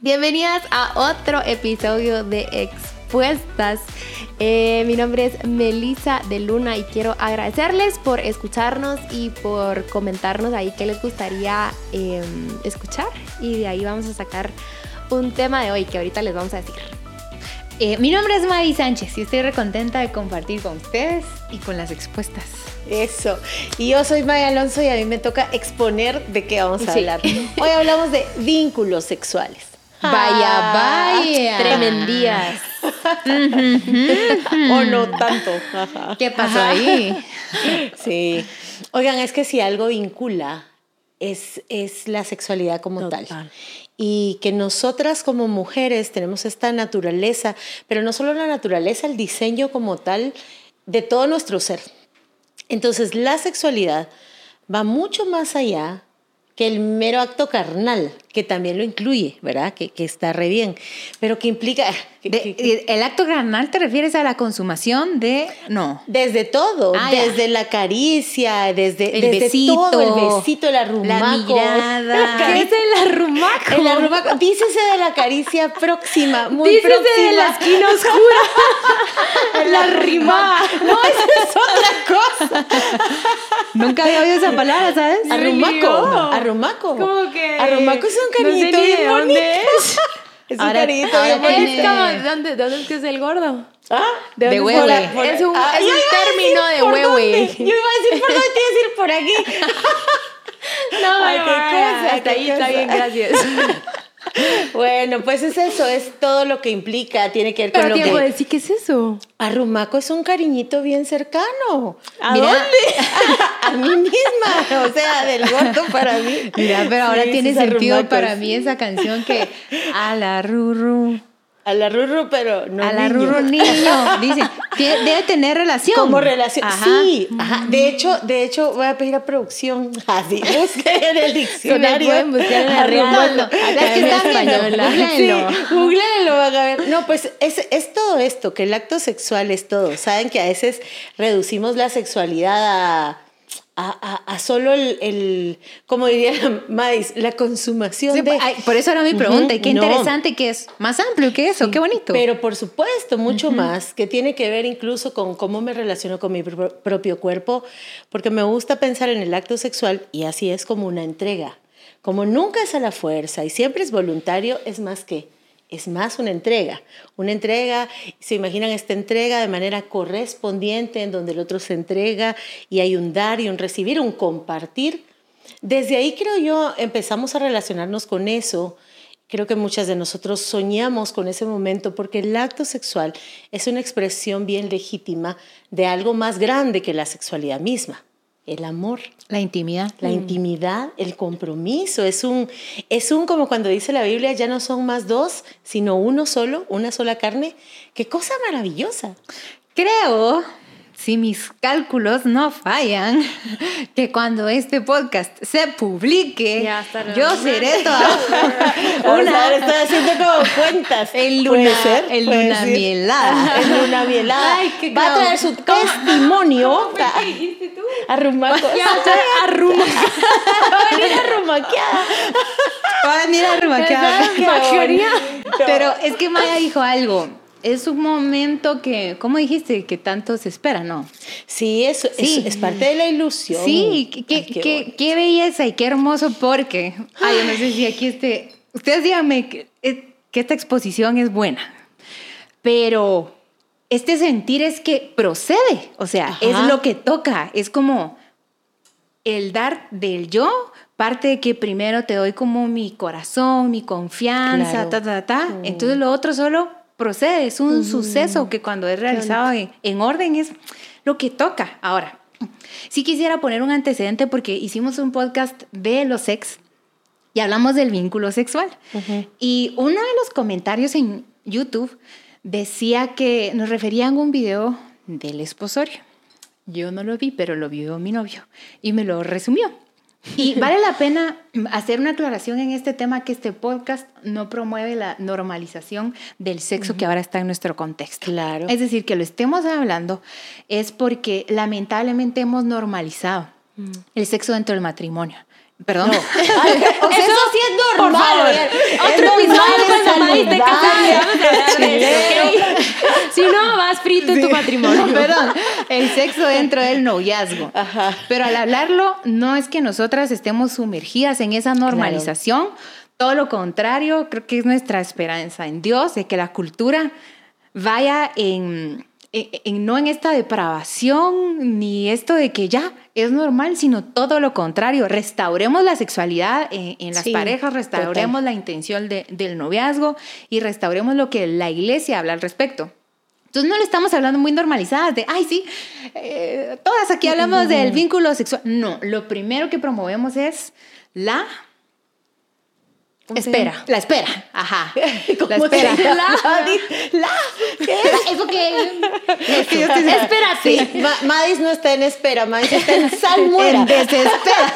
Bienvenidas a otro episodio de Expuestas. Mi nombre es Melissa de Luna y quiero agradecerles por escucharnos y por comentarnos ahí qué les gustaría escuchar. Y de ahí vamos a sacar un tema de hoy que ahorita les vamos a decir. Mi nombre es Mavi Sánchez y estoy recontenta de compartir con ustedes y con las expuestas. Eso. Y yo soy Maya Alonso y a mí me toca exponer de qué vamos a hablar. Hoy hablamos de vínculos sexuales. Vaya. Tremendías. O no tanto. ¿Qué pasó ahí? Sí. Oigan, es que si algo vincula es la sexualidad como tal. Y que nosotras como mujeres tenemos esta naturaleza, pero no solo la naturaleza, el diseño como tal de todo nuestro ser. Entonces la sexualidad va mucho más allá que el mero acto carnal, que también lo incluye, ¿verdad? Que está re bien, pero que implica... ¿El acto carnal te refieres a la consumación de...? No. Desde todo, desde la caricia, desde besito, todo, el besito, el arrumaco. La mirada. ¿Qué es el arrumaco? El arrumaco, dícese de la caricia próxima, muy dícese próxima. De la esquina oscura. La arrimada. No, esa es otra cosa. Nunca había oído esa palabra, ¿sabes? Arrumaco. ¿Cómo que? Arrumaco es un cariñito no sé bien bonito. Es. Es un cariñito bien bonito. ¿Dónde es que es el gordo? De huehue. Es un término de huehue. Yo iba a decir por dónde, te iba a decir por aquí. No, ay, qué cosa, hasta ahí está bien, gracias. Bueno, pues es eso, es todo lo que implica, tiene que ver con Pero lo que... Pero decir, ¿qué es eso? Arrumaco es un cariñito bien cercano. ¿A Mira, dónde? A mí misma, o sea, del gordo para mí. Mira, pero ahora tiene sentido arrumacos. para mí esa canción que... A la rurru. A la rurru, pero no A la niño. rurru niño. Dice, debe tener relación. Como relación, Ajá. sí. Ajá. De hecho, voy a pedir a producción. Así, busquen en el diccionario. Pueden buscar en la Arrumaco. Es que están viendo, googleenlo. Sí, googleenlo, van a ver. No, pues es todo esto, que el acto sexual es todo. Saben que a veces reducimos la sexualidad a solo el como diría Mais, la consumación Sí, de... por eso era mi pregunta. Y qué No. interesante que es. Más amplio que eso. Sí, qué bonito. Pero por supuesto, mucho más, que tiene que ver incluso con cómo me relaciono con mi propio cuerpo, porque me gusta pensar en el acto sexual y así es como una entrega. Como nunca es a la fuerza y siempre es voluntario, es más una entrega. Una entrega, se imaginan esta entrega de manera correspondiente en donde el otro se entrega y hay un dar y un recibir, un compartir. Desde ahí creo yo empezamos a relacionarnos con eso. Creo que muchas de nosotros soñamos con ese momento porque el acto sexual es una expresión bien legítima de algo más grande que la sexualidad misma. El amor. La intimidad. La intimidad, el compromiso. Es un como cuando dice la Biblia, ya no son más dos, sino uno solo, una sola carne. ¡Qué cosa maravillosa! Creo, si mis cálculos no fallan, que cuando este podcast se publique, yo seré toda Estoy haciendo como cuentas. El ¿Puede ser? el ¿Puede luna ser? mielada. El luna mielada. Ay, qué va a traer su testimonio. ¿Qué dijiste tú? Arrumaco. Arrumaca. Va a venir arrumaqueada. Va a venir arrumaqueada. Qué Pero es que Maya dijo algo. Es un momento que, ¿cómo dijiste? Que tanto se espera, ¿no? Sí, es parte de la ilusión. Sí, qué belleza y qué hermoso porque... Ay, yo no sé si aquí ustedes díganme que esta exposición es buena, pero este sentir es que procede, o sea, Ajá. es lo que toca, es como el dar del yo, parte de que primero te doy como mi corazón, mi confianza, Claro. Entonces lo otro solo procede, es un suceso que cuando es realizado en orden es lo que toca. Ahora, sí quisiera poner un antecedente porque hicimos un podcast de los sex y hablamos del vínculo sexual. Y uno de los comentarios en YouTube decía que nos referían a un video del esposorio. Yo no lo vi, pero lo vio mi novio y me lo resumió. Y vale la pena hacer una aclaración en este tema, que este podcast no promueve la normalización del sexo que ahora está en nuestro contexto. Claro. Es decir, que lo estemos hablando es porque lamentablemente hemos normalizado el sexo dentro del matrimonio. Perdón. No. Eso sí es normal. Otro episodio matrimonio. Perdón, el sexo dentro del noviazgo. Ajá. Pero al hablarlo, no es que nosotras estemos sumergidas en esa normalización. Claro. Todo lo contrario, creo que es nuestra esperanza en Dios, de que la cultura vaya no en esta depravación, ni esto de que ya es normal, sino todo lo contrario. Restauremos la sexualidad en las parejas, restauremos la intención del noviazgo y restauremos lo que la iglesia habla al respecto. Entonces no le estamos hablando muy normalizadas de, ay, sí, todas aquí hablamos del vínculo sexual. No, lo primero que promovemos es la espera. La espera, ajá. La espera. Eso que... Espérate. Sí, Madis no está en espera, Madis está en salmuera. En desespera.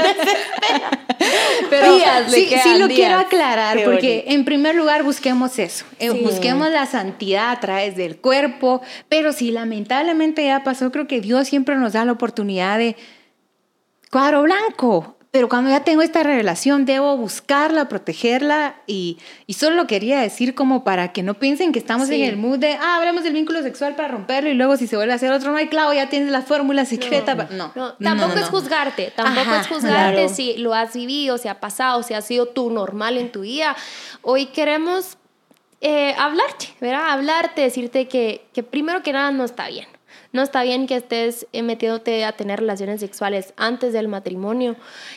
Pero sí lo quiero aclarar, porque en primer lugar busquemos eso. Busquemos la santidad a través del cuerpo, pero si lamentablemente ya pasó, creo que Dios siempre nos da la oportunidad de cuadro blanco. Pero cuando ya tengo esta revelación, debo buscarla, protegerla y solo lo quería decir como para que no piensen que estamos en el mood de, hablemos del vínculo sexual para romperlo y luego si se vuelve a hacer otro, no hay clavo, ya tienes la fórmula secreta. No, tampoco es juzgarte, si lo has vivido, si ha pasado, si ha sido tu normal en tu vida. Hoy queremos hablarte, ¿verdad? Hablarte, decirte que primero que nada no está bien. No está bien que estés metiéndote a tener relaciones sexuales antes del matrimonio,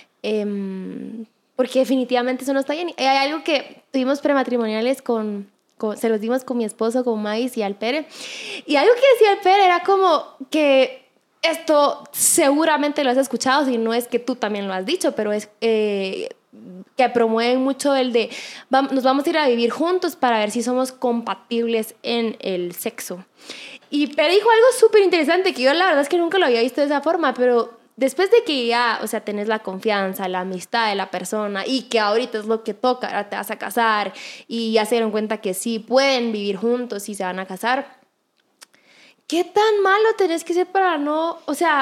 porque definitivamente eso no está bien. Hay algo que tuvimos prematrimoniales se los dimos con mi esposo, con Mais y Alpere, y algo que decía Alpere era como que esto seguramente lo has escuchado, si no es que tú también lo has dicho, pero es que promueven mucho el de nos vamos a ir a vivir juntos para ver si somos compatibles en el sexo. Y Pere dijo algo súper interesante que yo la verdad es que nunca lo había visto de esa forma, pero después de que ya, o sea, tenés la confianza, la amistad de la persona y que ahorita es lo que toca, ahora te vas a casar y ya se dieron cuenta que sí pueden vivir juntos y se van a casar, ¿qué tan malo tenés que ser para no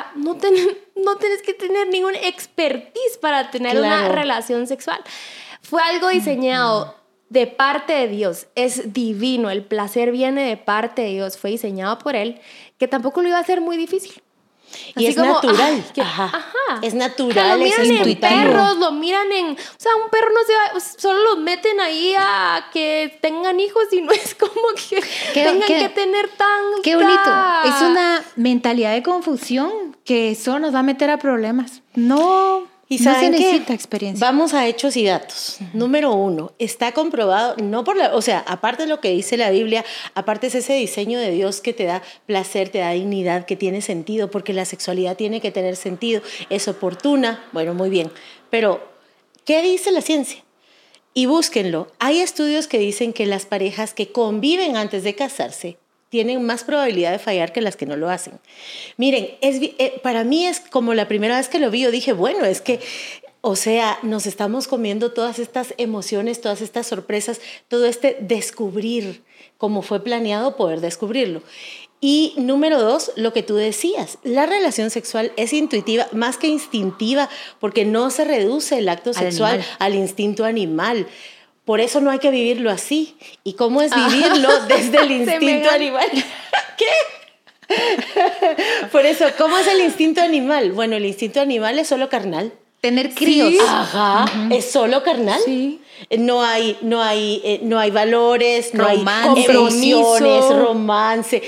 tenés que tener ningún expertise para tener una relación sexual? Fue algo diseñado de parte de Dios, es divino, el placer viene de parte de Dios, fue diseñado por Él, que tampoco lo iba a hacer muy difícil. Y es como, natural. Es natural, es intuitivo. Lo miran en perros, lo miran en... O sea, un perro no se va... Solo los meten ahí a que tengan hijos y no es como que tengan que tener tan... Qué bonito. Es una mentalidad de confusión que solo nos va a meter a problemas. No se necesita experiencia. Vamos a hechos y datos. Número 1, está comprobado, aparte de lo que dice la Biblia, aparte es ese diseño de Dios que te da placer, te da dignidad, que tiene sentido, porque la sexualidad tiene que tener sentido, es oportuna, bueno, muy bien. Pero, ¿qué dice la ciencia? Y búsquenlo. Hay estudios que dicen que las parejas que conviven antes de casarse tienen más probabilidad de fallar que las que no lo hacen. Miren, para mí es como la primera vez que lo vi, yo dije, bueno, es que, nos estamos comiendo todas estas emociones, todas estas sorpresas, todo este descubrir, como fue planeado poder descubrirlo. Y número 2, lo que tú decías, la relación sexual es intuitiva más que instintiva, porque no se reduce el acto sexual al instinto animal. Por eso no hay que vivirlo así. ¿Y cómo es vivirlo desde el instinto animal? ¿Qué? Por eso, ¿cómo es el instinto animal? Bueno, el instinto animal es solo carnal. Tener críos. Sí. Ajá, es solo carnal. Sí. No hay valores, romance, no hay emociones, romance,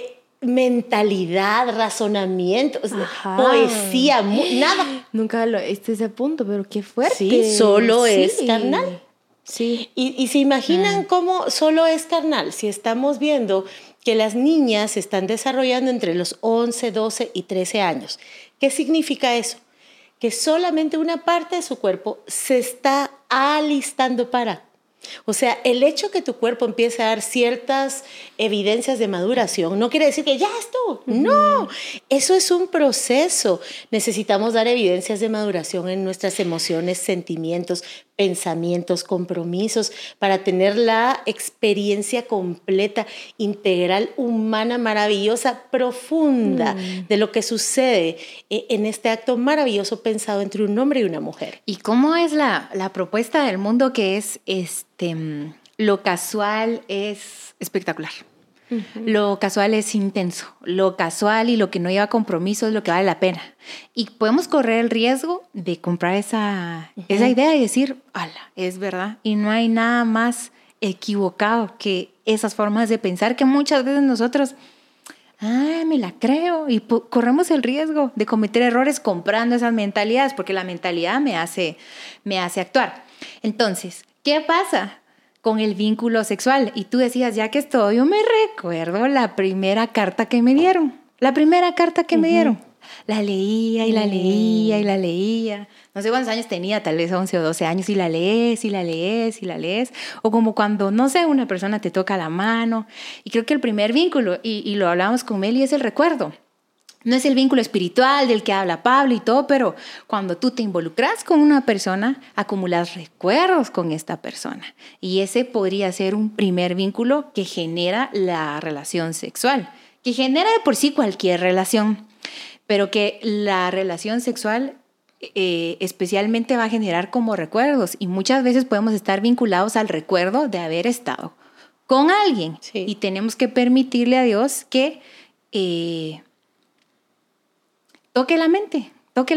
mentalidad, razonamiento, poesía, nada. Nunca ese punto, pero qué fuerte. Sí, solo es carnal. Sí. Y se imaginan cómo solo es carnal, si estamos viendo que las niñas se están desarrollando entre los 11, 12 y 13 años. ¿Qué significa eso? Que solamente una parte de su cuerpo se está alistando para. O sea, el hecho que tu cuerpo empiece a dar ciertas evidencias de maduración no quiere decir que ya estuvo. No, eso es un proceso. Necesitamos dar evidencias de maduración en nuestras emociones, sentimientos, pensamientos, compromisos, para tener la experiencia completa, integral, humana, maravillosa, profunda de lo que sucede en este acto maravilloso pensado entre un hombre y una mujer. ¿Y cómo es la propuesta del mundo que es lo casual es espectacular? Lo casual es intenso. Lo casual y lo que no lleva compromiso es lo que vale la pena. Y podemos correr el riesgo de comprar esa idea y decir, ala, es verdad. Y no hay nada más equivocado que esas formas de pensar que muchas veces nosotros, me la creo. Y corremos el riesgo de cometer errores comprando esas mentalidades porque la mentalidad me hace actuar. Entonces, ¿qué pasa con el vínculo sexual? Y tú decías, ya que estoy, yo me recuerdo la primera carta que me dieron. La leía y la leía y la leía. No sé cuántos años tenía, tal vez 11 o 12 años, y la lees y la lees y la lees. O como cuando, no sé, una persona te toca la mano. Y creo que el primer vínculo, y lo hablábamos con Meli, es el recuerdo. No es el vínculo espiritual del que habla Pablo y todo, pero cuando tú te involucras con una persona, acumulas recuerdos con esta persona. Y ese podría ser un primer vínculo que genera la relación sexual, que genera de por sí cualquier relación, pero que la relación sexual especialmente va a generar como recuerdos. Y muchas veces podemos estar vinculados al recuerdo de haber estado con alguien. Sí. Y tenemos que permitirle a Dios que toque la mente,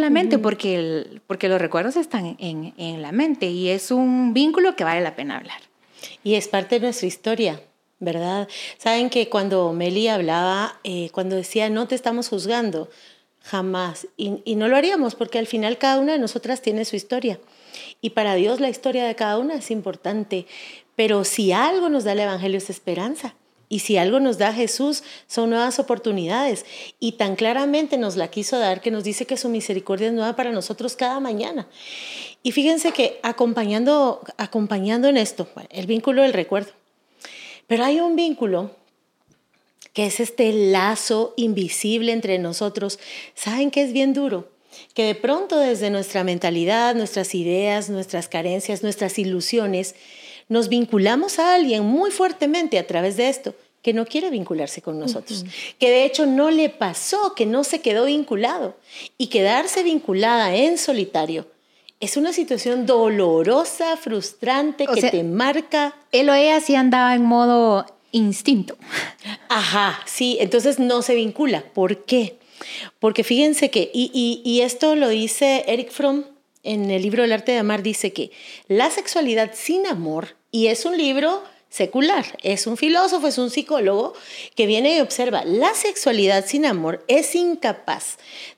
porque los recuerdos están en la mente y es un vínculo que vale la pena hablar. Y es parte de nuestra historia, ¿verdad? Saben que cuando Meli hablaba, cuando decía no te estamos juzgando, jamás, y no lo haríamos porque al final cada una de nosotras tiene su historia y para Dios la historia de cada una es importante, pero si algo nos da el Evangelio es esperanza. Y si algo nos da Jesús, son nuevas oportunidades. Y tan claramente nos la quiso dar que nos dice que su misericordia es nueva para nosotros cada mañana. Y fíjense que acompañando en esto, el vínculo del recuerdo. Pero hay un vínculo que es este lazo invisible entre nosotros. ¿Saben qué es bien duro? Que de pronto desde nuestra mentalidad, nuestras ideas, nuestras carencias, nuestras ilusiones, nos vinculamos a alguien muy fuertemente a través de esto, que no quiere vincularse con nosotros, que de hecho no le pasó, que no se quedó vinculado. Y quedarse vinculada en solitario es una situación dolorosa, frustrante, que te marca. Él o ella sí andaba en modo instinto. Ajá, sí, entonces no se vincula. ¿Por qué? Porque fíjense que, y esto lo dice Erich Fromm, en el libro El arte de amar, dice que la sexualidad sin amor, y es un libro secular, es un filósofo, es un psicólogo que viene y observa, la sexualidad sin amor es incapaz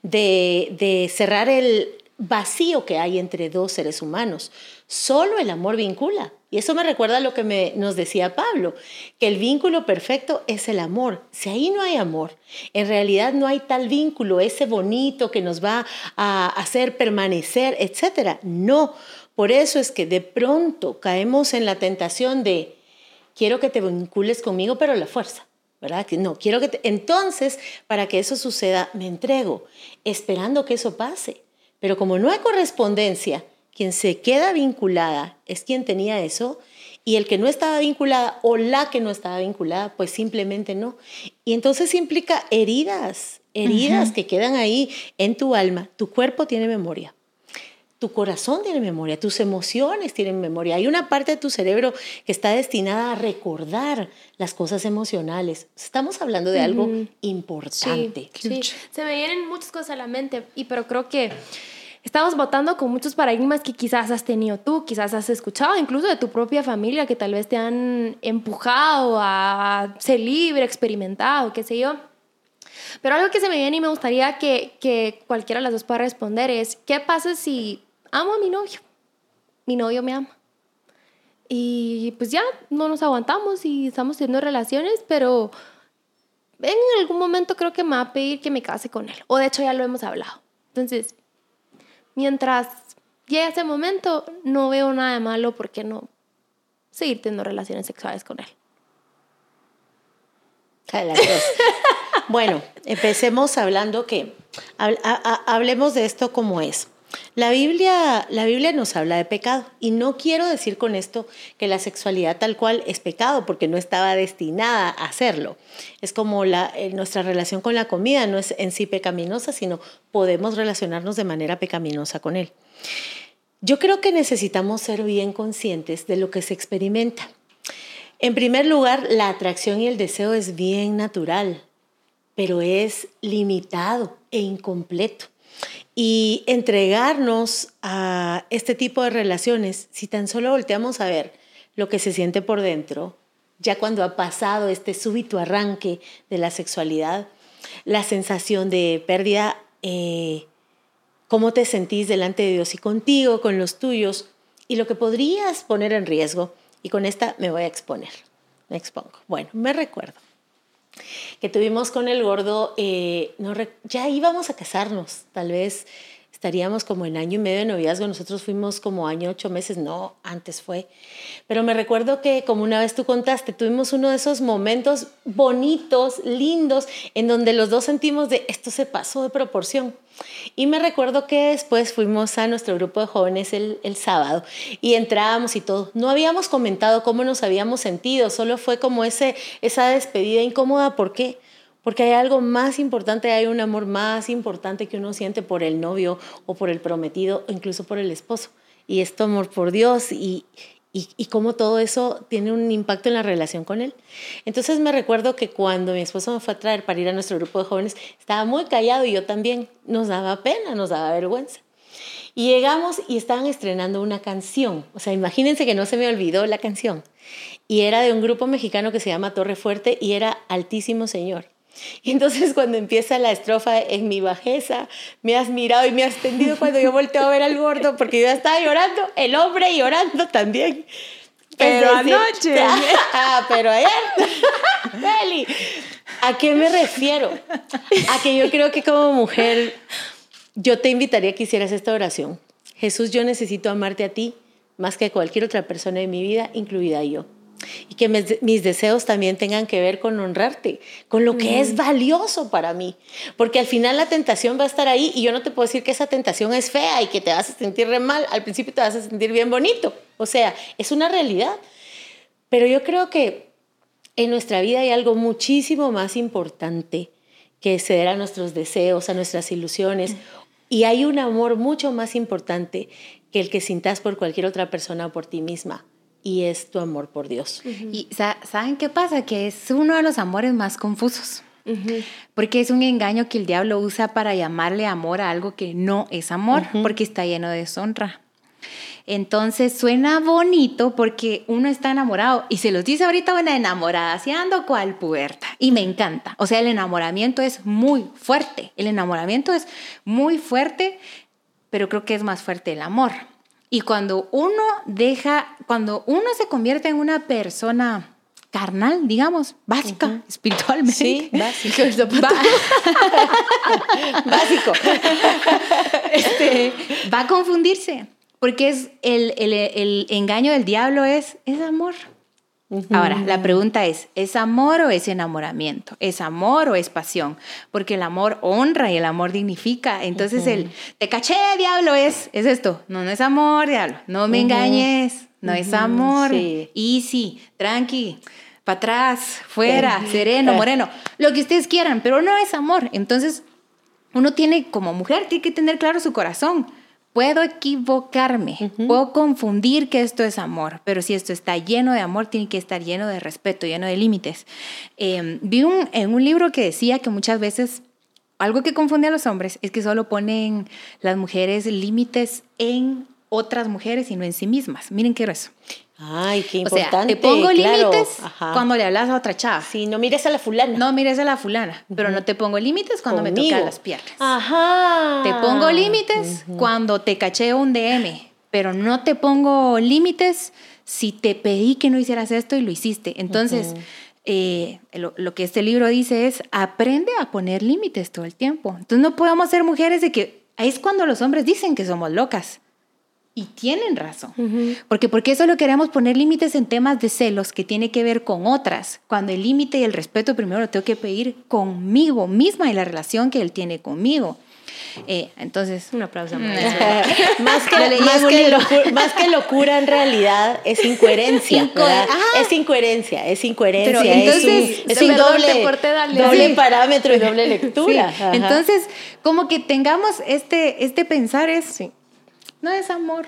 de cerrar el vacío que hay entre dos seres humanos. Solo el amor vincula. Y eso me recuerda a lo que nos decía Pablo, que el vínculo perfecto es el amor. Si ahí no hay amor, en realidad no hay tal vínculo, ese bonito que nos va a hacer permanecer, etc. No, por eso es que de pronto caemos en la tentación de quiero que te vincules conmigo, pero a la fuerza, ¿verdad? No, quiero que entonces, para que eso suceda, me entrego, esperando que eso pase. Pero como no hay correspondencia, quien se queda vinculada es quien tenía eso, y el que no estaba vinculada o la que no estaba vinculada, pues simplemente no. Y entonces implica heridas que quedan ahí en tu alma. Tu cuerpo tiene memoria, tu corazón tiene memoria, tus emociones tienen memoria. Hay una parte de tu cerebro que está destinada a recordar las cosas emocionales. Estamos hablando de algo importante. Sí. Se me vienen muchas cosas a la mente, pero creo que estamos votando con muchos paradigmas que quizás has tenido tú, quizás has escuchado, incluso de tu propia familia, que tal vez te han empujado a ser libre, experimentado, qué sé yo. Pero algo que se me viene y me gustaría que cualquiera de las dos pueda responder es, ¿qué pasa si amo a mi novio? Mi novio me ama. Y pues ya no nos aguantamos y estamos teniendo relaciones, pero en algún momento creo que me va a pedir que me case con él. O de hecho ya lo hemos hablado. Entonces, mientras llegue ese momento, no veo nada de malo por qué no seguir teniendo relaciones sexuales con él. Bueno, empecemos hablando hablemos de esto como es. La Biblia nos habla de pecado y no quiero decir con esto que la sexualidad tal cual es pecado porque no estaba destinada a hacerlo. Es como nuestra relación con la comida no es en sí pecaminosa, sino podemos relacionarnos de manera pecaminosa con él. Yo creo que necesitamos ser bien conscientes de lo que se experimenta. En primer lugar, la atracción y el deseo es bien natural, pero es limitado e incompleto. Y entregarnos a este tipo de relaciones, si tan solo volteamos a ver lo que se siente por dentro, ya cuando ha pasado este súbito arranque de la sexualidad, la sensación de pérdida, cómo te sentís delante de Dios y contigo, con los tuyos, y lo que podrías poner en riesgo. Y con esta me voy a exponer, me expongo. Bueno, me recuerdo que tuvimos con el gordo, ya íbamos a casarnos, tal vez estaríamos como en año y medio de noviazgo, nosotros fuimos como año 8 meses, no, antes fue, pero me recuerdo que como una vez tú contaste, tuvimos uno de esos momentos bonitos, lindos, en donde los dos sentimos de esto se pasó de proporción. Y me recuerdo que después fuimos a nuestro grupo de jóvenes el sábado y entrábamos y todo. No habíamos comentado cómo nos habíamos sentido, solo fue como esa despedida incómoda. ¿Por qué? Porque hay algo más importante, hay un amor más importante que uno siente por el novio o por el prometido o incluso por el esposo. Y es tu amor por Dios y cómo todo eso tiene un impacto en la relación con él. Entonces me recuerdo que cuando mi esposo me fue a traer para ir a nuestro grupo de jóvenes, estaba muy callado y yo también. Nos daba pena, nos daba vergüenza. Y llegamos y estaban estrenando una canción. O sea, imagínense que no se me olvidó la canción. Y era de un grupo mexicano que se llama Torre Fuerte y era Altísimo Señor. Y entonces cuando empieza la estrofa, en mi bajeza me has mirado y me has tendido, cuando yo volteo a ver al gordo, porque yo estaba llorando, el hombre llorando también. Pero anoche. Pero ayer. Meli, ¿a qué me refiero? A que yo creo que como mujer, yo te invitaría a que hicieras esta oración. Jesús, yo necesito amarte a ti más que a cualquier otra persona de mi vida, incluida yo. Y que mis deseos también tengan que ver con honrarte, con lo que es valioso para mí. Porque al final la tentación va a estar ahí y yo no te puedo decir que esa tentación es fea y que te vas a sentir re mal. Al principio te vas a sentir bien bonito. O sea, es una realidad. Pero yo creo que en nuestra vida hay algo muchísimo más importante que ceder a nuestros deseos, a nuestras ilusiones. Y hay un amor mucho más importante que el que sintas por cualquier otra persona o por ti misma. Y es tu amor por Dios. Y ¿saben qué pasa? Que es uno de los amores más confusos. Porque es un engaño que el diablo usa para llamarle amor a algo que no es amor, porque está lleno de deshonra. Entonces suena bonito porque uno está enamorado. Y se los dice ahorita una enamorada, así ando cual puberta. Y me encanta. O sea, el enamoramiento es muy fuerte. El enamoramiento es muy fuerte, pero creo que es más fuerte el amor. Y cuando uno se convierte en una persona carnal, digamos, básica, espiritualmente. Sí, básico. Básico. Va a confundirse, porque es el engaño del diablo es amor. Ahora, la pregunta es amor o es enamoramiento? ¿Es amor o es pasión? Porque el amor honra y el amor dignifica. Entonces te caché, diablo, es esto. No es amor, diablo. No me engañes. No es amor. Sí. Easy, tranqui, para atrás, fuera, sereno, moreno. Lo que ustedes quieran, pero no es amor. Entonces, uno como mujer, tiene que tener claro su corazón. Puedo equivocarme, puedo confundir que esto es amor, pero si esto está lleno de amor, tiene que estar lleno de respeto, lleno de límites. Vi en un libro que decía que muchas veces algo que confunde a los hombres es que solo ponen las mujeres límites en otras mujeres y no en sí mismas. Miren qué grueso. Ay, qué importante. O sea, te pongo límites cuando le hablas a otra chava. Sí, no mires a la fulana. No mires a la fulana, pero no te pongo límites cuando me tocan las piernas. Ajá. Te pongo límites cuando te cacheo un DM, pero no te pongo límites si te pedí que no hicieras esto y lo hiciste. Entonces, lo que este libro dice es, aprende a poner límites todo el tiempo. Entonces no podemos ser mujeres de que, ahí es cuando los hombres dicen que somos locas. Y tienen razón. Porque solo queremos poner límites en temas de celos que tiene que ver con otras, cuando el límite y el respeto primero lo tengo que pedir conmigo misma y la relación que él tiene conmigo. Entonces, un aplauso. Más que locura en realidad es incoherencia. Es incoherencia. Pero entonces, es un doble parámetro y doble lectura. Sí. Entonces, como que tengamos este pensar es... Sí. No es amor,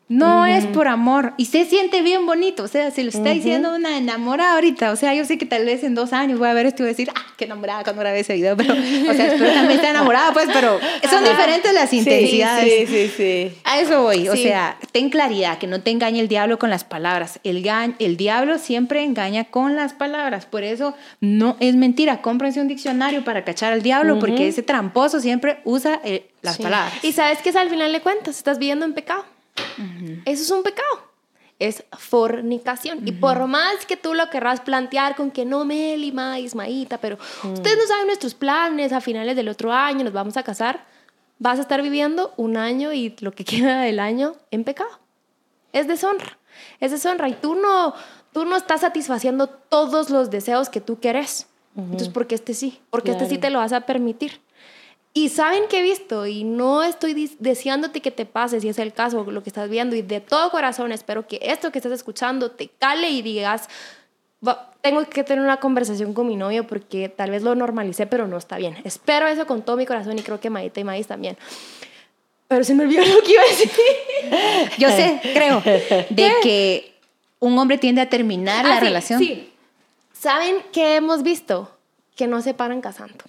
No es por amor. Y se siente bien bonito. O sea, si lo está diciendo una enamorada ahorita. O sea, yo sé que tal vez en 2 años voy a ver esto y voy a decir, qué enamorada cuando grabé ese video. Pero, o sea, espero también estar enamorada, pues, pero son diferentes las intensidades. Sí. A eso voy. O sea, ten claridad, que no te engañe el diablo con las palabras. El diablo siempre engaña con las palabras. Por eso no es mentira. Cómprense un diccionario para cachar al diablo, porque ese tramposo siempre usa las palabras. Y sabes que al final de cuentas estás viviendo en pecado. Eso es un pecado, es fornicación. Y por más que tú lo querrás plantear con que no, Meli, Maíta, pero ustedes no saben nuestros planes, a finales del otro año nos vamos a casar, vas a estar viviendo 1 año y lo que queda del año en pecado. Es deshonra, y tú no estás satisfaciendo todos los deseos que tú querés. Entonces, ¿por qué este sí? Porque este sí te lo vas a permitir. Y saben que he visto, y no estoy deseándote que te pase, si es el caso, lo que estás viendo, y de todo corazón espero que esto que estás escuchando te cale y digas, tengo que tener una conversación con mi novio porque tal vez lo normalicé, pero no está bien. Espero eso con todo mi corazón y creo que Maíta y Maíz también. Pero se me olvidó lo que iba a decir. Yo sé, creo, de que un hombre tiende a terminar la relación. Sí. ¿Saben qué hemos visto? Que no se paran casando.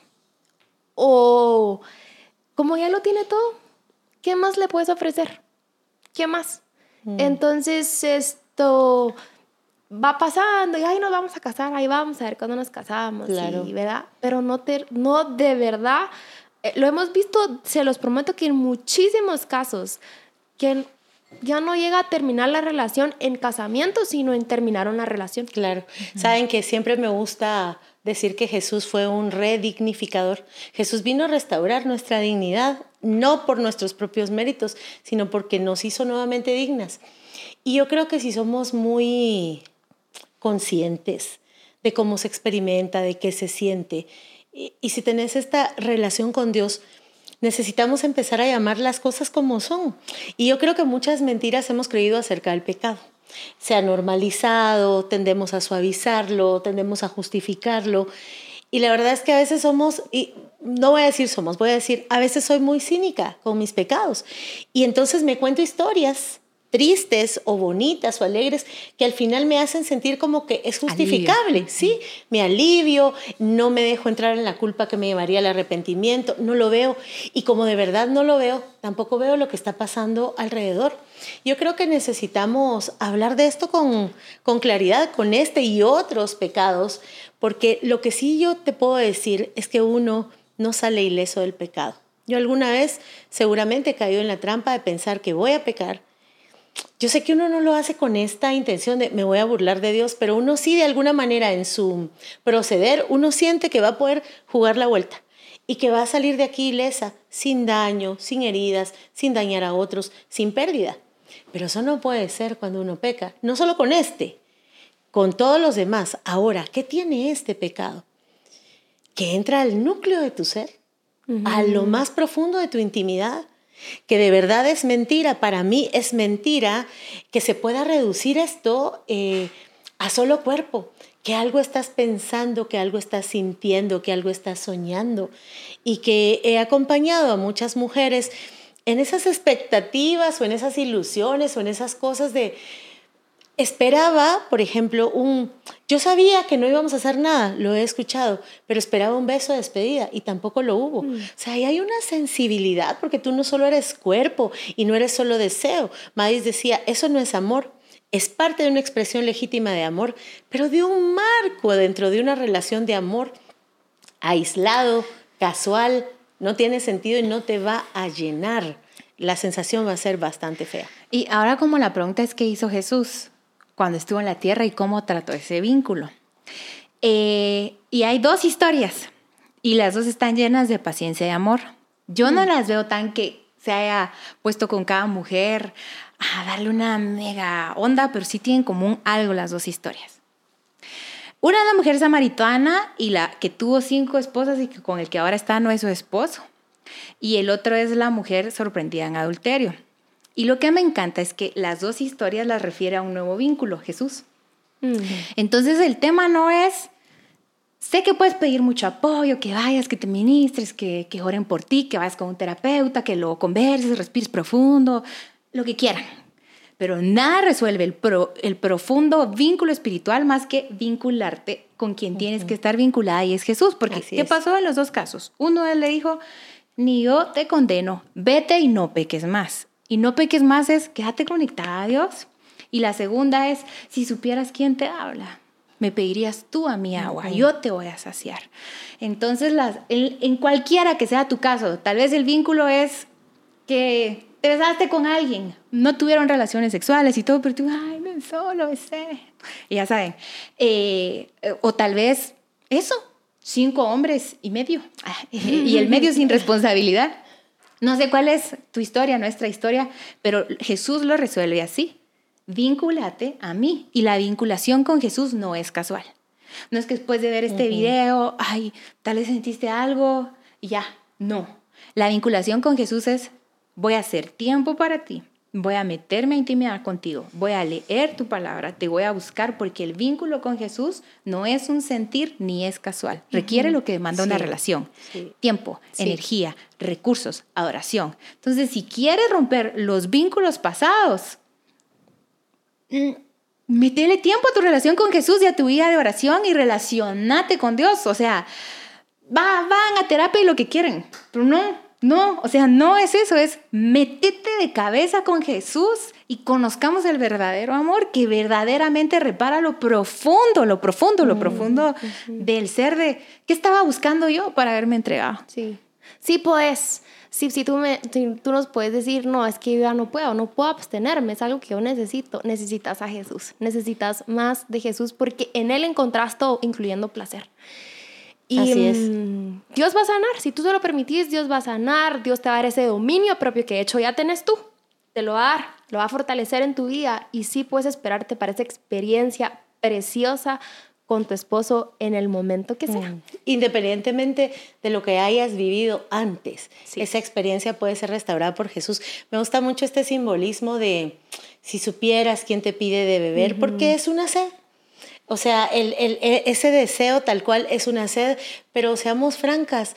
O como ya lo tiene todo, ¿qué más le puedes ofrecer? ¿Qué más? Entonces esto va pasando y ahí nos vamos a casar, ahí vamos a ver cuándo nos casamos, claro. y, ¿verdad? Pero no de verdad, lo hemos visto, se los prometo que en muchísimos casos que ya no llega a terminar la relación en casamiento, sino en terminar una relación. Claro. Saben que siempre me gusta decir que Jesús fue un redignificador. Jesús vino a restaurar nuestra dignidad, no por nuestros propios méritos, sino porque nos hizo nuevamente dignas. Y yo creo que si somos muy conscientes de cómo se experimenta, de qué se siente, y si tenés esta relación con Dios, necesitamos empezar a llamar las cosas como son. Y yo creo que muchas mentiras hemos creído acerca del pecado. Se ha normalizado, tendemos a suavizarlo, tendemos a justificarlo. Y la verdad es que a veces somos, y no voy a decir somos, voy a decir, a veces soy muy cínica con mis pecados. Y entonces me cuento historias tristes o bonitas o alegres que al final me hacen sentir como que es justificable, ¿sí? Me alivio, no me dejo entrar en la culpa que me llevaría al arrepentimiento, no lo veo. Y como de verdad no lo veo, tampoco veo lo que está pasando alrededor. Yo creo que necesitamos hablar de esto con claridad, con este y otros pecados, porque lo que sí yo te puedo decir es que uno no sale ileso del pecado. Yo alguna vez seguramente he caído en la trampa de pensar que voy a pecar. Yo sé que uno no lo hace con esta intención de me voy a burlar de Dios, pero uno sí de alguna manera en su proceder, uno siente que va a poder jugar la vuelta y que va a salir de aquí ilesa, sin daño, sin heridas, sin dañar a otros, sin pérdida. Pero eso no puede ser cuando uno peca, no solo con con todos los demás. Ahora, ¿qué tiene este pecado? Que entra al núcleo de tu ser, a lo más profundo de tu intimidad, que de verdad es mentira. Para mí es mentira que se pueda reducir esto a solo cuerpo, que algo estás pensando, que algo estás sintiendo, que algo estás soñando, y que he acompañado a muchas mujeres en esas expectativas o en esas ilusiones o en esas cosas de esperaba, por ejemplo, yo sabía que no íbamos a hacer nada, lo he escuchado, pero esperaba un beso de despedida y tampoco lo hubo. O sea, ahí hay una sensibilidad porque tú no solo eres cuerpo y no eres solo deseo. Maíz decía, eso no es amor, es parte de una expresión legítima de amor, pero de un marco dentro de una relación de amor aislado, casual, no tiene sentido y no te va a llenar. La sensación va a ser bastante fea. Y ahora como la pregunta es, ¿qué hizo Jesús cuando estuvo en la tierra y cómo trató ese vínculo? Y hay 2 historias y las 2 están llenas de paciencia y amor. Yo no las veo tan que se haya puesto con cada mujer a darle una mega onda, pero sí tienen en común algo las 2 historias. Una es la mujer samaritana y la que tuvo 5 esposas y que con el que ahora está no es su esposo. Y el otro es la mujer sorprendida en adulterio. Y lo que me encanta es que las 2 historias las refiere a un nuevo vínculo, Jesús. Entonces el tema no es, sé que puedes pedir mucho apoyo, que vayas, que te ministres, que oren por ti, que vayas con un terapeuta, que lo converses, respires profundo, lo que quieran. pero nada resuelve el profundo vínculo espiritual más que vincularte con quien tienes que estar vinculada, y es Jesús. Porque ¿qué pasó en los dos casos? Uno, él le dijo, ni yo te condeno, vete y no peques más. Y no peques más es quédate conectada a Dios. Y la segunda es, si supieras quién te habla, me pedirías tú a mi agua, yo te voy a saciar. Entonces, en cualquiera que sea tu caso, tal vez el vínculo es que te besaste con alguien, no tuvieron relaciones sexuales y todo, pero tú, ay, me solo besé. Y ya saben. O tal vez eso, 5 hombres y medio. Y el medio sin responsabilidad. No sé cuál es tu historia, nuestra historia, pero Jesús lo resuelve así. Víncúlate a mí. Y la vinculación con Jesús no es casual. No es que después de ver este video, ay, tal vez sentiste algo y ya. No. La vinculación con Jesús es, voy a hacer tiempo para ti, voy a meterme a intimidad contigo, voy a leer tu palabra, te voy a buscar, porque el vínculo con Jesús no es un sentir ni es casual. Requiere lo que demanda una relación. Tiempo, energía, recursos, adoración. Entonces, si quieres romper los vínculos pasados, métele tiempo a tu relación con Jesús y a tu vida de oración y relacionate con Dios. O sea, van a terapia y lo que quieren, pero no, o sea, no es eso, es métete de cabeza con Jesús y conozcamos el verdadero amor que verdaderamente repara lo profundo del ser de ¿qué estaba buscando yo para haberme entregado? Sí puedes. Si tú nos puedes decir, no, es que yo ya no puedo abstenerme, es algo que yo necesito. Necesitas a Jesús, necesitas más de Jesús, porque en Él encontrás todo, incluyendo placer. Y así es. Dios va a sanar, si tú se lo permitís, Dios va a sanar, Dios te va a dar ese dominio propio que de hecho ya tenés tú, te lo va a dar, lo va a fortalecer en tu vida, y sí puedes esperarte para esa experiencia preciosa con tu esposo en el momento que sea. Independientemente de lo que hayas vivido antes, esa experiencia puede ser restaurada por Jesús. Me gusta mucho este simbolismo de si supieras quién te pide de beber, porque es una sed. O sea, ese deseo tal cual es una sed, pero seamos francas,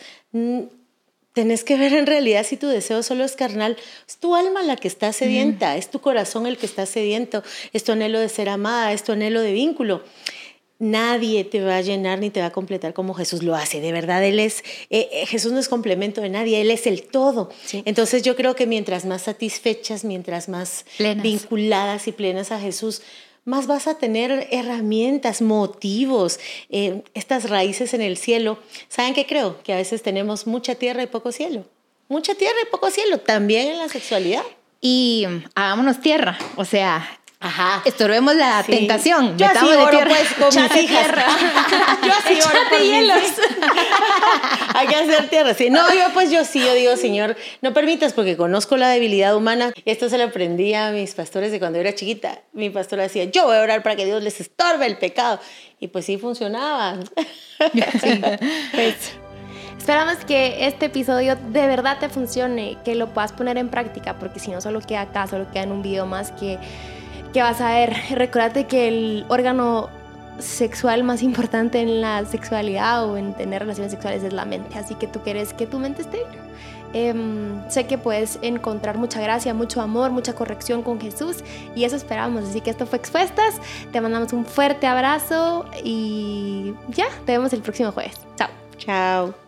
tenés que ver en realidad si tu deseo solo es carnal. Es tu alma la que está sedienta, es tu corazón el que está sediento, es tu anhelo de ser amada, es tu anhelo de vínculo. Nadie te va a llenar ni te va a completar como Jesús lo hace. De verdad, Jesús no es complemento de nadie, Él es el todo. Entonces yo creo que mientras más satisfechas, mientras más vinculadas y plenas a Jesús, más vas a tener herramientas, motivos, estas raíces en el cielo. ¿Saben qué creo? Que a veces tenemos mucha tierra y poco cielo. Mucha tierra y poco cielo, también en la sexualidad. Y hagámonos tierra, o sea... estorbemos la tentación. Yo así oro pues con mis hijas. Yo así oro por hielos. Hay que hacer tierra. Sí. No, yo digo, Señor, no permitas, porque conozco la debilidad humana. Esto se lo aprendí a mis pastores de cuando era chiquita. Mi pastor decía, yo voy a orar para que Dios les estorbe el pecado. Y pues sí funcionaba. Pues esperamos que este episodio de verdad te funcione, que lo puedas poner en práctica, porque si no solo queda acá, solo queda en un video más que vas a ver. Recuérdate que el órgano sexual más importante en la sexualidad o en tener relaciones sexuales es la mente, así que tú quieres que tu mente esté bien. Sé que puedes encontrar mucha gracia, mucho amor, mucha corrección con Jesús, y eso esperamos. Así que esto fue Expuestas, te mandamos un fuerte abrazo y ya, te vemos el próximo jueves. Chao.